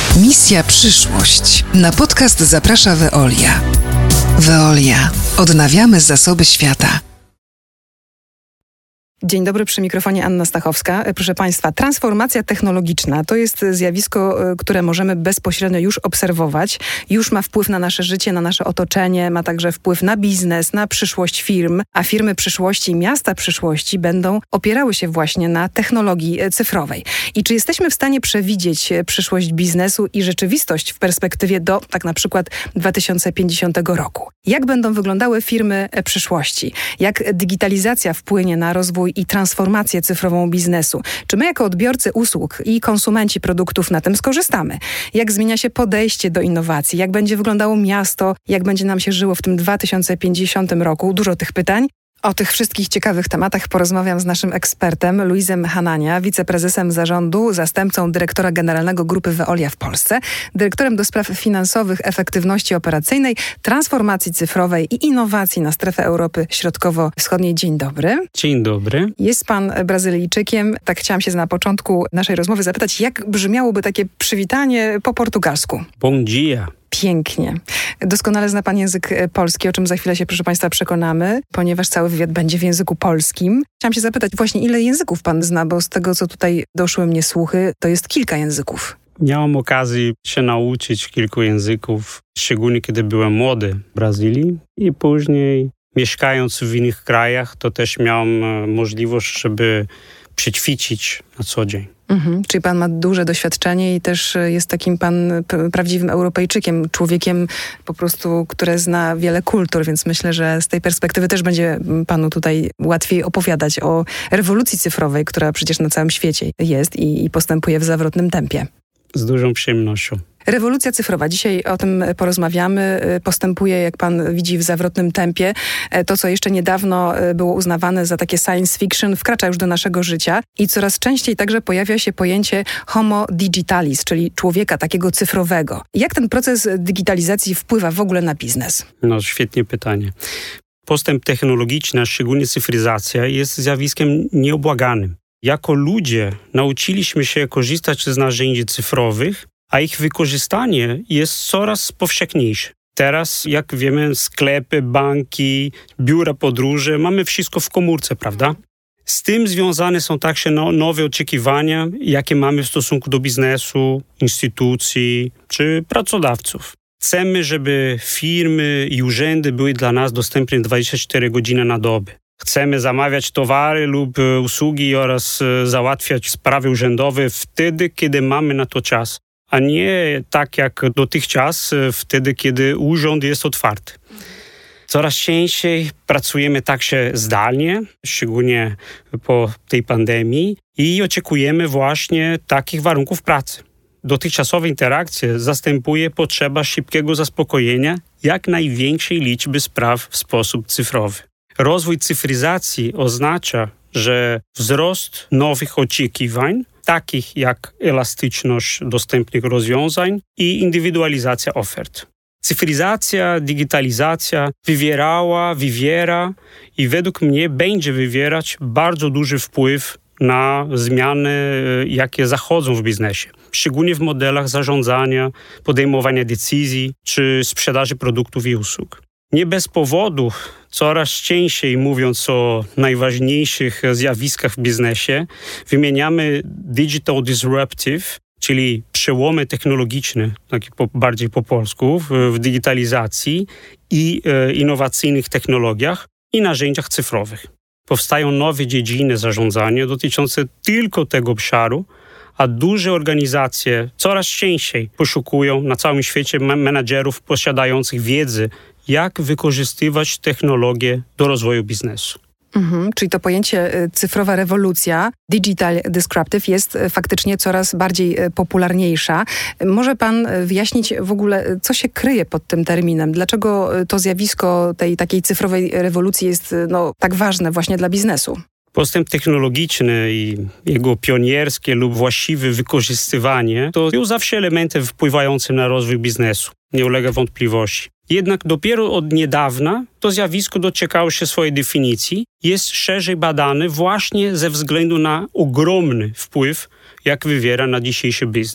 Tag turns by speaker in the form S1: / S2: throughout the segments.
S1: Misja Przyszłość. Na podcast zaprasza Veolia. Veolia. Odnawiamy zasoby świata.
S2: Dzień dobry, przy mikrofonie Anna Stachowska. Proszę Państwa, transformacja technologiczna to jest zjawisko, które możemy bezpośrednio już obserwować. Już ma wpływ na nasze życie, na nasze otoczenie, ma także wpływ na biznes, na przyszłość firm, a firmy przyszłości, miasta przyszłości będą opierały się właśnie na technologii cyfrowej. I czy jesteśmy w stanie przewidzieć przyszłość biznesu i rzeczywistość w perspektywie do, tak na przykład 2050 roku? Jak będą wyglądały firmy przyszłości? Jak digitalizacja wpłynie na rozwój i transformację cyfrową biznesu? Czy my jako odbiorcy usług i konsumenci produktów na tym skorzystamy? Jak zmienia się podejście do innowacji? Jak będzie wyglądało miasto? Jak będzie nam się żyło w tym 2050 roku? Dużo tych pytań. O tych wszystkich ciekawych tematach porozmawiam z naszym ekspertem Luizem Hanania, wiceprezesem zarządu, zastępcą dyrektora generalnego Grupy Veolia w Polsce, dyrektorem do spraw finansowych, efektywności operacyjnej, transformacji cyfrowej i innowacji na strefę Europy Środkowo-Wschodniej. Dzień dobry.
S3: Dzień dobry.
S2: Jest pan Brazylijczykiem. Tak chciałam się na początku naszej rozmowy zapytać, jak brzmiałoby takie przywitanie po portugalsku?
S3: Bom dia.
S2: Pięknie. Doskonale zna pan język polski, o czym za chwilę się, proszę państwa, przekonamy, ponieważ cały wywiad będzie w języku polskim. Chciałam się zapytać właśnie, ile języków pan zna, bo z tego, co tutaj doszły mnie słuchy, to jest kilka języków.
S3: Miałem okazję się nauczyć kilku języków, szczególnie kiedy byłem młody w Brazylii i później mieszkając w innych krajach, to też miałem możliwość, żeby przećwiczyć na co dzień.
S2: Czyli pan ma duże doświadczenie i też jest takim pan prawdziwym Europejczykiem, człowiekiem po prostu, który zna wiele kultur, więc myślę, że z tej perspektywy też będzie panu tutaj łatwiej opowiadać o rewolucji cyfrowej, która przecież na całym świecie jest i postępuje w zawrotnym tempie.
S3: Z dużą przyjemnością.
S2: Rewolucja cyfrowa. Dzisiaj o tym porozmawiamy. Postępuje, jak pan widzi, w zawrotnym tempie. To, co jeszcze niedawno było uznawane za takie science fiction, wkracza już do naszego życia i coraz częściej także pojawia się pojęcie homo digitalis, czyli człowieka takiego cyfrowego. Jak ten proces digitalizacji wpływa w ogóle na biznes?
S3: No, świetne pytanie. Postęp technologiczny, a szczególnie cyfryzacja, jest zjawiskiem nieubłaganym. Jako ludzie nauczyliśmy się korzystać z narzędzi cyfrowych, a ich wykorzystanie jest coraz powszechniejsze. Teraz, jak wiemy, sklepy, banki, biura podróży, mamy wszystko w komórce, prawda? Z tym związane są także nowe oczekiwania, jakie mamy w stosunku do biznesu, instytucji czy pracodawców. Chcemy, żeby firmy i urzędy były dla nas dostępne 24 godziny na dobę. Chcemy zamawiać towary lub usługi oraz załatwiać sprawy urzędowe wtedy, kiedy mamy na to czas, a nie tak jak dotychczas, wtedy, kiedy urząd jest otwarty. Coraz częściej pracujemy także zdalnie, szczególnie po tej pandemii i oczekujemy właśnie takich warunków pracy. Dotychczasowe interakcje zastępuje potrzeba szybkiego zaspokojenia jak największej liczby spraw w sposób cyfrowy. Rozwój cyfryzacji oznacza, że wzrost nowych oczekiwań, takich jak elastyczność dostępnych rozwiązań i indywidualizacja ofert. Cyfryzacja, digitalizacja wywiera i według mnie będzie wywierać bardzo duży wpływ na zmiany, jakie zachodzą w biznesie. Szczególnie w modelach zarządzania, podejmowania decyzji czy sprzedaży produktów i usług. Nie bez powodu, coraz częściej mówiąc o najważniejszych zjawiskach w biznesie, wymieniamy digital disruptive, czyli przełomy technologiczne, bardziej po polsku, w digitalizacji i innowacyjnych technologiach i narzędziach cyfrowych. Powstają nowe dziedziny zarządzania dotyczące tylko tego obszaru, a duże organizacje coraz częściej poszukują na całym świecie menadżerów posiadających wiedzę, jak wykorzystywać technologię do rozwoju biznesu.
S2: Czyli to pojęcie cyfrowa rewolucja, digital disruptive, jest faktycznie coraz bardziej popularniejsza. Może pan wyjaśnić w ogóle, co się kryje pod tym terminem? Dlaczego to zjawisko tej takiej cyfrowej rewolucji jest tak ważne właśnie dla biznesu?
S3: Postęp technologiczny i jego pionierskie lub właściwe wykorzystywanie to są zawsze elementy wpływające na rozwój biznesu. Nie ulega wątpliwości. Jednak dopiero od niedawna to zjawisko doczekało się swojej definicji, jest szerzej badane właśnie ze względu na ogromny wpływ, jak wywiera na dzisiejszy biznes.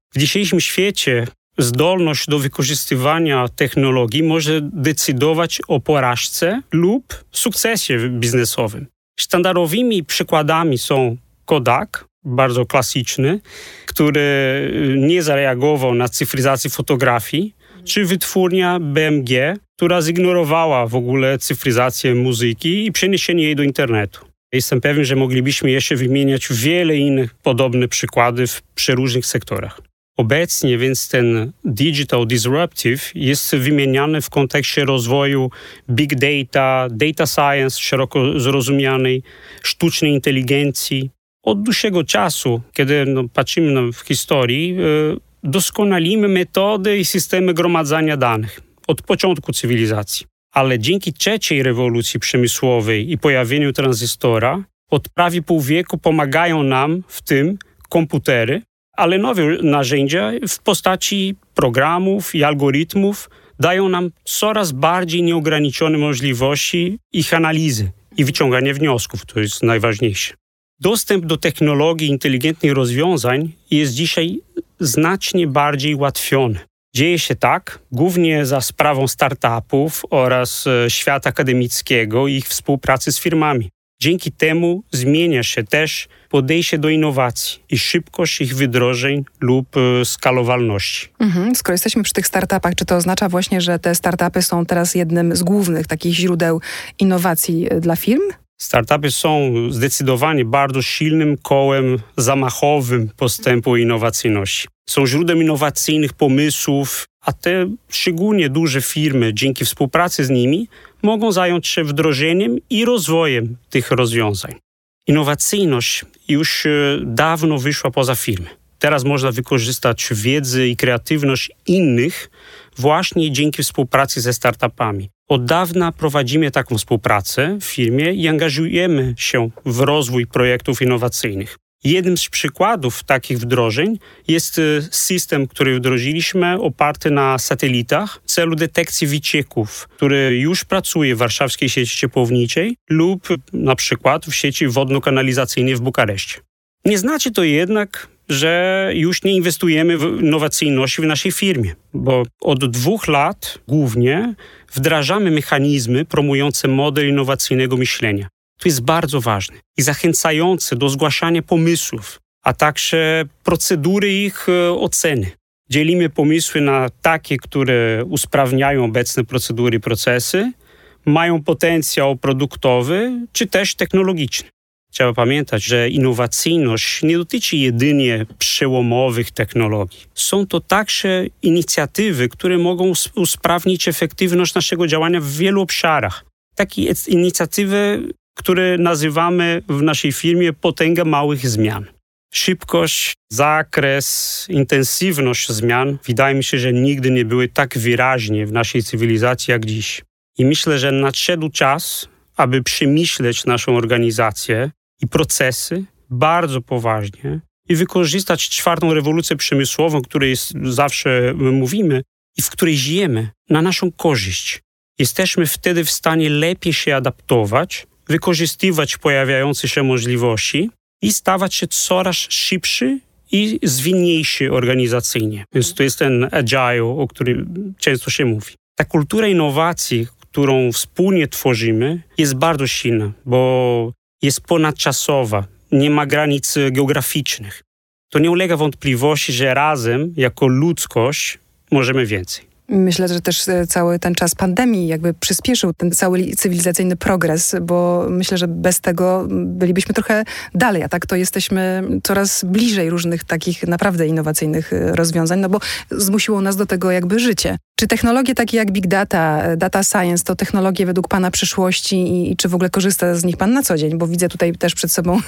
S3: W dzisiejszym świecie zdolność do wykorzystywania technologii może decydować o porażce lub sukcesie biznesowym. Sztandarowymi przykładami są Kodak, bardzo klasyczny, który nie zareagował na cyfryzację fotografii, czy wytwórnia BMG, która zignorowała w ogóle cyfryzację muzyki i przeniesienie jej do internetu. Jestem pewien, że moglibyśmy jeszcze wymieniać wiele innych podobnych przykładów w przeróżnych sektorach. Obecnie więc ten digital disruptive jest wymieniany w kontekście rozwoju big data, data science szeroko zrozumianej, sztucznej inteligencji. Od dłuższego czasu, kiedy patrzymy w historii, doskonalimy metody i systemy gromadzenia danych od początku cywilizacji. Ale dzięki trzeciej rewolucji przemysłowej i pojawieniu tranzystora od prawie pół wieku pomagają nam w tym komputery, ale nowe narzędzia w postaci programów i algorytmów dają nam coraz bardziej nieograniczone możliwości ich analizy i wyciągania wniosków, to jest najważniejsze. Dostęp do technologii inteligentnych rozwiązań jest dzisiaj znacznie bardziej ułatwiony. Dzieje się tak głównie za sprawą startupów oraz świata akademickiego i ich współpracy z firmami. Dzięki temu zmienia się też podejście do innowacji i szybkość ich wdrożeń lub skalowalności.
S2: Skoro jesteśmy przy tych startupach, czy to oznacza właśnie, że te startupy są teraz jednym z głównych takich źródeł innowacji dla firm?
S3: Startupy są zdecydowanie bardzo silnym kołem zamachowym postępu i innowacyjności. Są źródłem innowacyjnych pomysłów, a te szczególnie duże firmy dzięki współpracy z nimi mogą zająć się wdrożeniem i rozwojem tych rozwiązań. Innowacyjność już dawno wyszła poza firmy. Teraz można wykorzystać wiedzę i kreatywność innych właśnie dzięki współpracy ze startupami. Od dawna prowadzimy taką współpracę w firmie i angażujemy się w rozwój projektów innowacyjnych. Jednym z przykładów takich wdrożeń jest system, który wdrożyliśmy oparty na satelitach w celu detekcji wycieków, który już pracuje w warszawskiej sieci ciepłowniczej lub na przykład w sieci wodno-kanalizacyjnej w Bukareszcie. Nie znaczy to jednak, że już nie inwestujemy w innowacyjność w naszej firmie, bo od 2 lat głównie wdrażamy mechanizmy promujące model innowacyjnego myślenia. To jest bardzo ważne i zachęcające do zgłaszania pomysłów, a także procedury ich oceny. Dzielimy pomysły na takie, które usprawniają obecne procedury i procesy, mają potencjał produktowy czy też technologiczny. Trzeba pamiętać, że innowacyjność nie dotyczy jedynie przełomowych technologii. Są to także inicjatywy, które mogą usprawnić efektywność naszego działania w wielu obszarach. Takie inicjatywy, które nazywamy w naszej firmie potęga małych zmian. Szybkość, zakres, intensywność zmian wydaje mi się, że nigdy nie były tak wyraźnie w naszej cywilizacji jak dziś. I myślę, że nadszedł czas, aby przemyśleć naszą organizację i procesy bardzo poważnie i wykorzystać 4. rewolucję przemysłową, o której zawsze mówimy i w której żyjemy, na naszą korzyść. Jesteśmy wtedy w stanie lepiej się adaptować, wykorzystywać pojawiające się możliwości i stawać się coraz szybszy i zwinniejszy organizacyjnie. Więc to jest ten agile, o którym często się mówi. Ta kultura innowacji, którą wspólnie tworzymy, jest bardzo silna, bo jest ponadczasowa, nie ma granic geograficznych. To nie ulega wątpliwości, że razem, jako ludzkość, możemy więcej.
S2: Myślę, że też cały ten czas pandemii jakby przyspieszył ten cały cywilizacyjny progres, bo myślę, że bez tego bylibyśmy trochę dalej, a tak to jesteśmy coraz bliżej różnych takich naprawdę innowacyjnych rozwiązań, no bo zmusiło nas do tego jakby życie. Czy technologie takie jak big data, data science to technologie według Pana przyszłości i czy w ogóle korzysta z nich Pan na co dzień? Bo widzę tutaj też przed sobą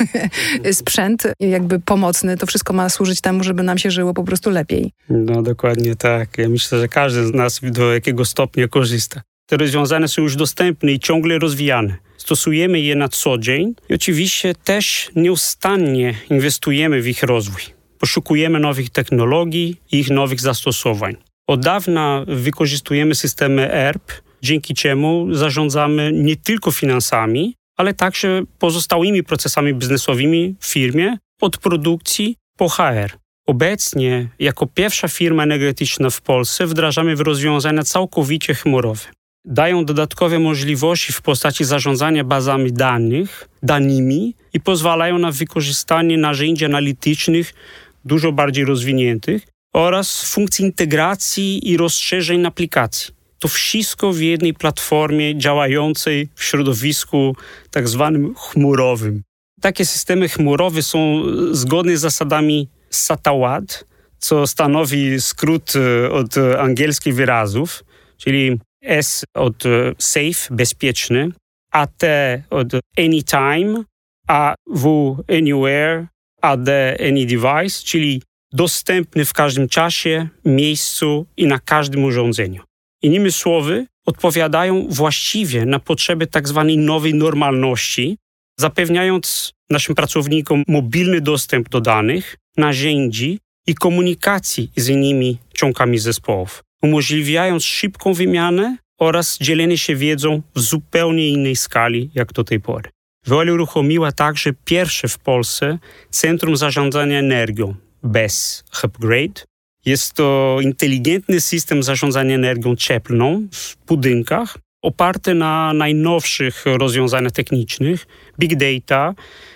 S2: sprzęt jakby pomocny. To wszystko ma służyć temu, żeby nam się żyło po prostu lepiej.
S3: No dokładnie tak. Ja myślę, że każdy z nas do jakiego stopnia korzysta. Te rozwiązania są już dostępne i ciągle rozwijane. Stosujemy je na co dzień i oczywiście też nieustannie inwestujemy w ich rozwój. Poszukujemy nowych technologii i ich nowych zastosowań. Od dawna wykorzystujemy systemy ERP, dzięki czemu zarządzamy nie tylko finansami, ale także pozostałymi procesami biznesowymi w firmie, od produkcji po HR. Obecnie, jako pierwsza firma energetyczna w Polsce, wdrażamy rozwiązania całkowicie chmurowe. Dają dodatkowe możliwości w postaci zarządzania bazami danymi i pozwalają na wykorzystanie narzędzi analitycznych dużo bardziej rozwiniętych oraz funkcji integracji i rozszerzeń aplikacji. To wszystko w jednej platformie działającej w środowisku tak zwanym chmurowym. Takie systemy chmurowe są zgodne z zasadami SATA-WAD, co stanowi skrót od angielskich wyrazów, czyli S od safe, bezpieczny, AT od anytime, AW anywhere, AD any device, czyli dostępny w każdym czasie, miejscu i na każdym urządzeniu. Innymi słowy, odpowiadają właściwie na potrzeby tak zwanej nowej normalności, zapewniając naszym pracownikom mobilny dostęp do danych, narzędzi i komunikacji z innymi członkami zespołów, umożliwiając szybką wymianę oraz dzielenie się wiedzą w zupełnie innej skali jak do tej pory. Veolia uruchomiła także pierwsze w Polsce Centrum Zarządzania Energią, BESS Upgrade. Jest to inteligentny system zarządzania energią cieplną w budynkach, oparty na najnowszych rozwiązaniach technicznych, big data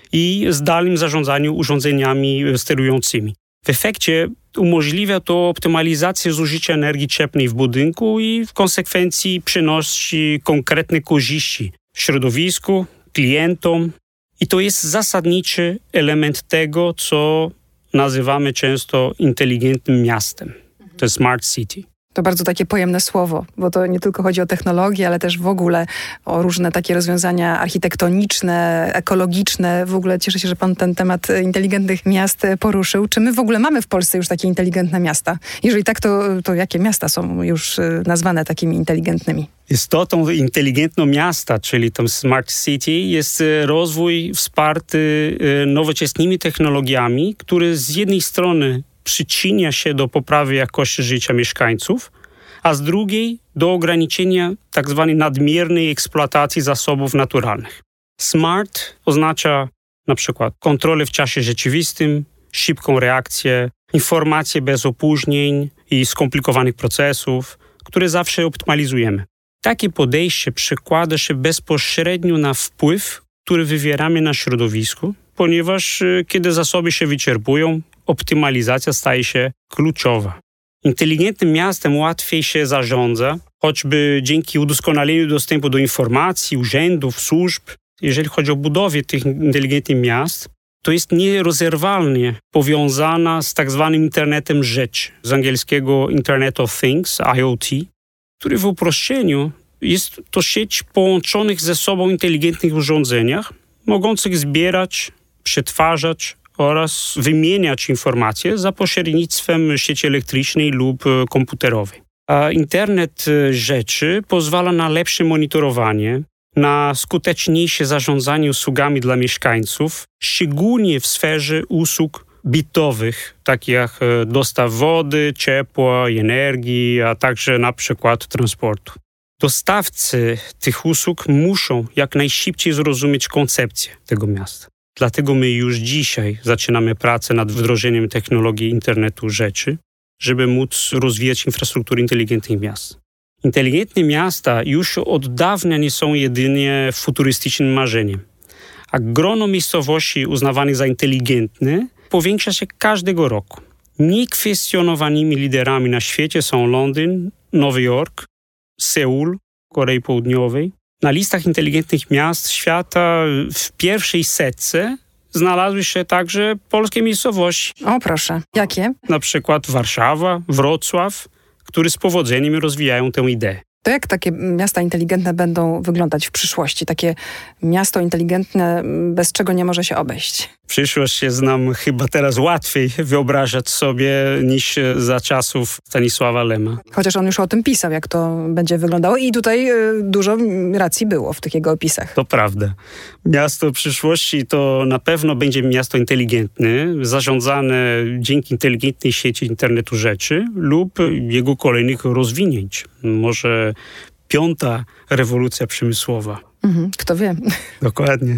S3: i zdalnym zarządzaniu urządzeniami sterującymi. W efekcie umożliwia to optymalizację zużycia energii cieplnej w budynku i w konsekwencji przynosi konkretne korzyści środowisku, klientom. I to jest zasadniczy element tego, co nazywamy często inteligentnym miastem. To jest Smart City.
S2: To bardzo takie pojemne słowo, bo to nie tylko chodzi o technologię, ale też w ogóle o różne takie rozwiązania architektoniczne, ekologiczne. W ogóle cieszę się, że pan ten temat inteligentnych miast poruszył. Czy my w ogóle mamy w Polsce już takie inteligentne miasta? Jeżeli tak, to jakie miasta są już nazwane takimi inteligentnymi?
S3: Istotą inteligentnego miasta, czyli tam Smart City, jest rozwój wsparty nowoczesnymi technologiami, które z jednej strony przyczynia się do poprawy jakości życia mieszkańców, a z drugiej do ograniczenia tzw. nadmiernej eksploatacji zasobów naturalnych. Smart oznacza na przykład kontrolę w czasie rzeczywistym, szybką reakcję, informacje bez opóźnień i skomplikowanych procesów, które zawsze optymalizujemy. Takie podejście przekłada się bezpośrednio na wpływ, który wywieramy na środowisko, ponieważ kiedy zasoby się wyczerpują, optymalizacja staje się kluczowa. Inteligentnym miastem łatwiej się zarządza, choćby dzięki udoskonaleniu dostępu do informacji, urzędów, służb. Jeżeli chodzi o budowę tych inteligentnych miast, to jest nierozerwalnie powiązana z tak zwanym internetem rzeczy, z angielskiego Internet of Things, IoT, który w uproszczeniu jest to sieć połączonych ze sobą inteligentnych urządzeniach, mogących zbierać, przetwarzać oraz wymieniać informacje za pośrednictwem sieci elektrycznej lub komputerowej. A internet rzeczy pozwala na lepsze monitorowanie, na skuteczniejsze zarządzanie usługami dla mieszkańców, szczególnie w sferze usług bytowych, takich jak dostaw wody, ciepła i energii, a także na przykład transportu. Dostawcy tych usług muszą jak najszybciej zrozumieć koncepcję tego miasta. Dlatego my już dzisiaj zaczynamy pracę nad wdrożeniem technologii internetu rzeczy, żeby móc rozwijać infrastrukturę inteligentnych miast. Inteligentne miasta już od dawna nie są jedynie futurystycznym marzeniem, a grono miejscowości uznawanych za inteligentne powiększa się każdego roku. Niekwestionowanymi liderami na świecie są Londyn, Nowy Jork, Seul, Korei Południowej. Na listach inteligentnych miast świata w pierwszej setce znalazły się także polskie miejscowości.
S2: O proszę, jakie?
S3: Na przykład Warszawa, Wrocław, które z powodzeniem rozwijają tę ideę.
S2: To jak takie miasta inteligentne będą wyglądać w przyszłości? Takie miasto inteligentne, bez czego nie może się obejść?
S3: Przyszłość jest nam chyba teraz łatwiej wyobrażać sobie niż za czasów Stanisława Lema.
S2: Chociaż on już o tym pisał, jak to będzie wyglądało i tutaj dużo racji było w tych jego opisach.
S3: To prawda. Miasto przyszłości to na pewno będzie miasto inteligentne, zarządzane dzięki inteligentnej sieci internetu rzeczy lub jego kolejnych rozwinięć. Może 5. rewolucja przemysłowa.
S2: Kto wie.
S3: Dokładnie.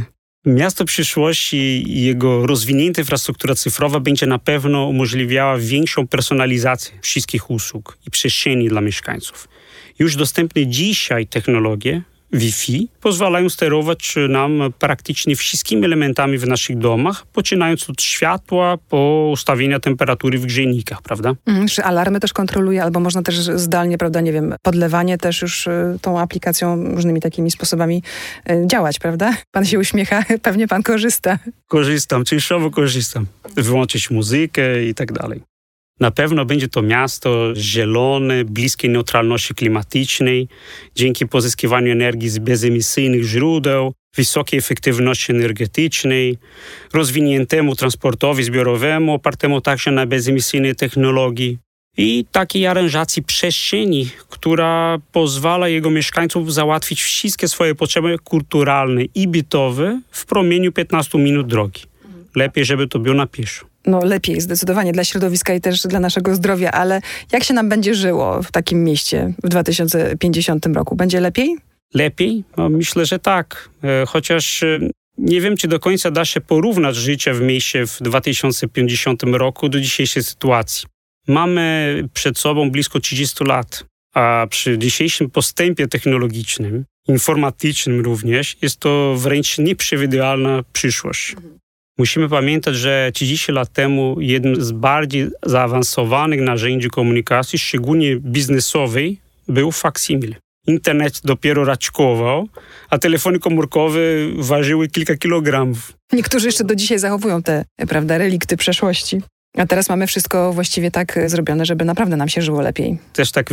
S3: Miasto przyszłości i jego rozwinięta infrastruktura cyfrowa będzie na pewno umożliwiała większą personalizację wszystkich usług i przestrzeni dla mieszkańców. Już dostępne dzisiaj technologie Wi-Fi pozwalają sterować nam praktycznie wszystkimi elementami w naszych domach, poczynając od światła po ustawienia temperatury w grzejnikach, prawda?
S2: Czy alarmy też kontroluje, albo można też zdalnie, prawda, nie wiem, podlewanie też już tą aplikacją różnymi takimi sposobami działać, prawda? Pan się uśmiecha, pewnie pan korzysta.
S3: Korzystam, częściowo korzystam. Wyłączyć muzykę i tak dalej. Na pewno będzie to miasto zielone, bliskie neutralności klimatycznej, dzięki pozyskiwaniu energii z bezemisyjnych źródeł, wysokiej efektywności energetycznej, rozwiniętemu transportowi zbiorowemu, opartemu także na bezemisyjnej technologii i takiej aranżacji przestrzeni, która pozwala jego mieszkańcom załatwić wszystkie swoje potrzeby kulturalne i bytowe w promieniu 15 minut drogi. Lepiej, żeby to było na pieszo.
S2: No lepiej zdecydowanie dla środowiska i też dla naszego zdrowia, ale jak się nam będzie żyło w takim mieście w 2050 roku? Będzie lepiej?
S3: Lepiej? No, myślę, że tak. Chociaż nie wiem, czy do końca da się porównać życie w mieście w 2050 roku do dzisiejszej sytuacji. Mamy przed sobą blisko 30 lat, a przy dzisiejszym postępie technologicznym, informatycznym również, jest to wręcz nieprzewidywalna przyszłość. Musimy pamiętać, że 30 lat temu jednym z bardziej zaawansowanych narzędzi komunikacji, szczególnie biznesowej, był faksimil. Internet dopiero raczkował, a telefony komórkowe ważyły kilka kilogramów.
S2: Niektórzy jeszcze do dzisiaj zachowują te, prawda, relikty przeszłości. A teraz mamy wszystko właściwie tak zrobione, żeby naprawdę nam się żyło lepiej.
S3: Też tak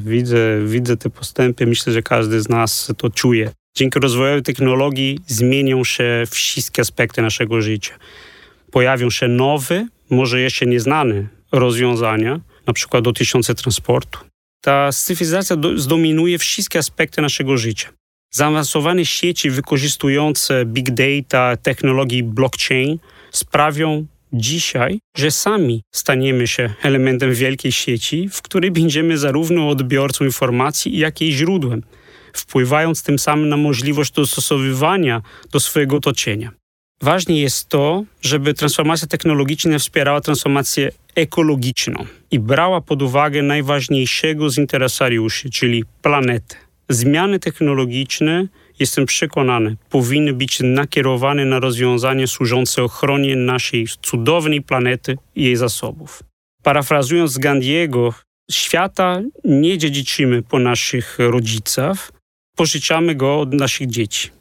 S3: widzę te postępy. Myślę, że każdy z nas to czuje. Dzięki rozwojowi technologii zmienią się wszystkie aspekty naszego życia. Pojawią się nowe, może jeszcze nieznane rozwiązania, na przykład dotyczące transportu. Ta cyfryzacja zdominuje wszystkie aspekty naszego życia. Zaawansowane sieci wykorzystujące big data, technologii blockchain sprawią dzisiaj, że sami staniemy się elementem wielkiej sieci, w której będziemy zarówno odbiorcą informacji, jak i źródłem, wpływając tym samym na możliwość dostosowywania do swojego otoczenia. Ważne jest to, żeby transformacja technologiczna wspierała transformację ekologiczną i brała pod uwagę najważniejszego z interesariuszy, czyli planetę. Zmiany technologiczne, jestem przekonany, powinny być nakierowane na rozwiązania służące ochronie naszej cudownej planety i jej zasobów. Parafrazując Gandhiego, świata nie dziedziczymy po naszych rodzicach, pożyczamy go od naszych dzieci.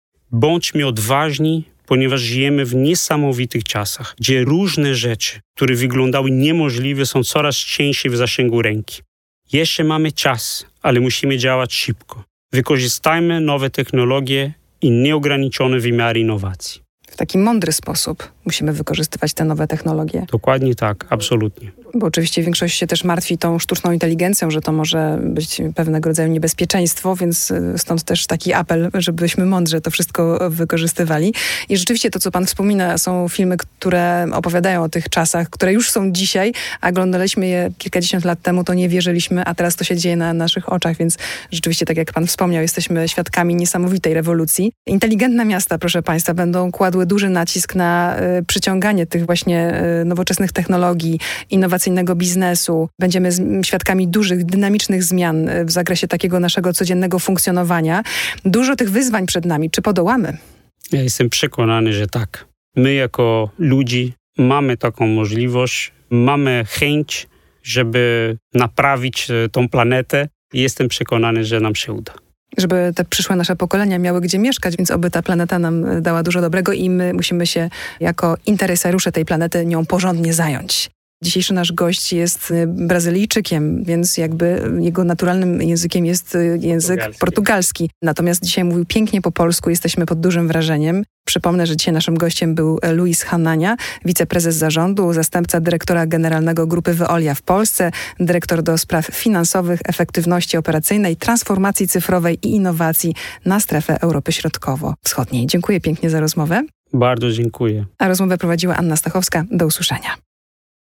S3: Bądźmy odważni, ponieważ żyjemy w niesamowitych czasach, gdzie różne rzeczy, które wyglądały niemożliwe, są coraz częściej w zasięgu ręki. Jeszcze mamy czas, ale musimy działać szybko. Wykorzystajmy nowe technologie i nieograniczone wymiary innowacji.
S2: W taki mądry sposób musimy wykorzystywać te nowe technologie.
S3: Dokładnie tak, absolutnie.
S2: Bo oczywiście większość się też martwi tą sztuczną inteligencją, że to może być pewnego rodzaju niebezpieczeństwo, więc stąd też taki apel, żebyśmy mądrze to wszystko wykorzystywali. I rzeczywiście to, co pan wspomina, są filmy, które opowiadają o tych czasach, które już są dzisiaj, a oglądaliśmy je kilkadziesiąt lat temu, to nie wierzyliśmy, a teraz to się dzieje na naszych oczach, więc rzeczywiście, tak jak pan wspomniał, jesteśmy świadkami niesamowitej rewolucji. Inteligentne miasta, proszę państwa, będą kładły duży nacisk na przyciąganie tych właśnie nowoczesnych technologii, innowacyjnego biznesu. Będziemy świadkami dużych, dynamicznych zmian w zakresie takiego naszego codziennego funkcjonowania. Dużo tych wyzwań przed nami. Czy podołamy?
S3: Ja jestem przekonany, że tak. My jako ludzi mamy taką możliwość, mamy chęć, żeby naprawić tą planetę i jestem przekonany, że nam się uda.
S2: Żeby te przyszłe nasze pokolenia miały gdzie mieszkać, więc oby ta planeta nam dała dużo dobrego i my musimy się jako interesariusze tej planety nią porządnie zająć. Dzisiejszy nasz gość jest Brazylijczykiem, więc jakby jego naturalnym językiem jest język portugalski. Natomiast dzisiaj mówił pięknie po polsku, jesteśmy pod dużym wrażeniem. Przypomnę, że dzisiaj naszym gościem był Luis Hanania, wiceprezes zarządu, zastępca dyrektora generalnego Grupy Veolia w Polsce, dyrektor do spraw finansowych, efektywności operacyjnej, transformacji cyfrowej i innowacji na strefę Europy Środkowo-Wschodniej. Dziękuję pięknie za rozmowę.
S3: Bardzo dziękuję.
S2: A rozmowę prowadziła Anna Stachowska. Do usłyszenia.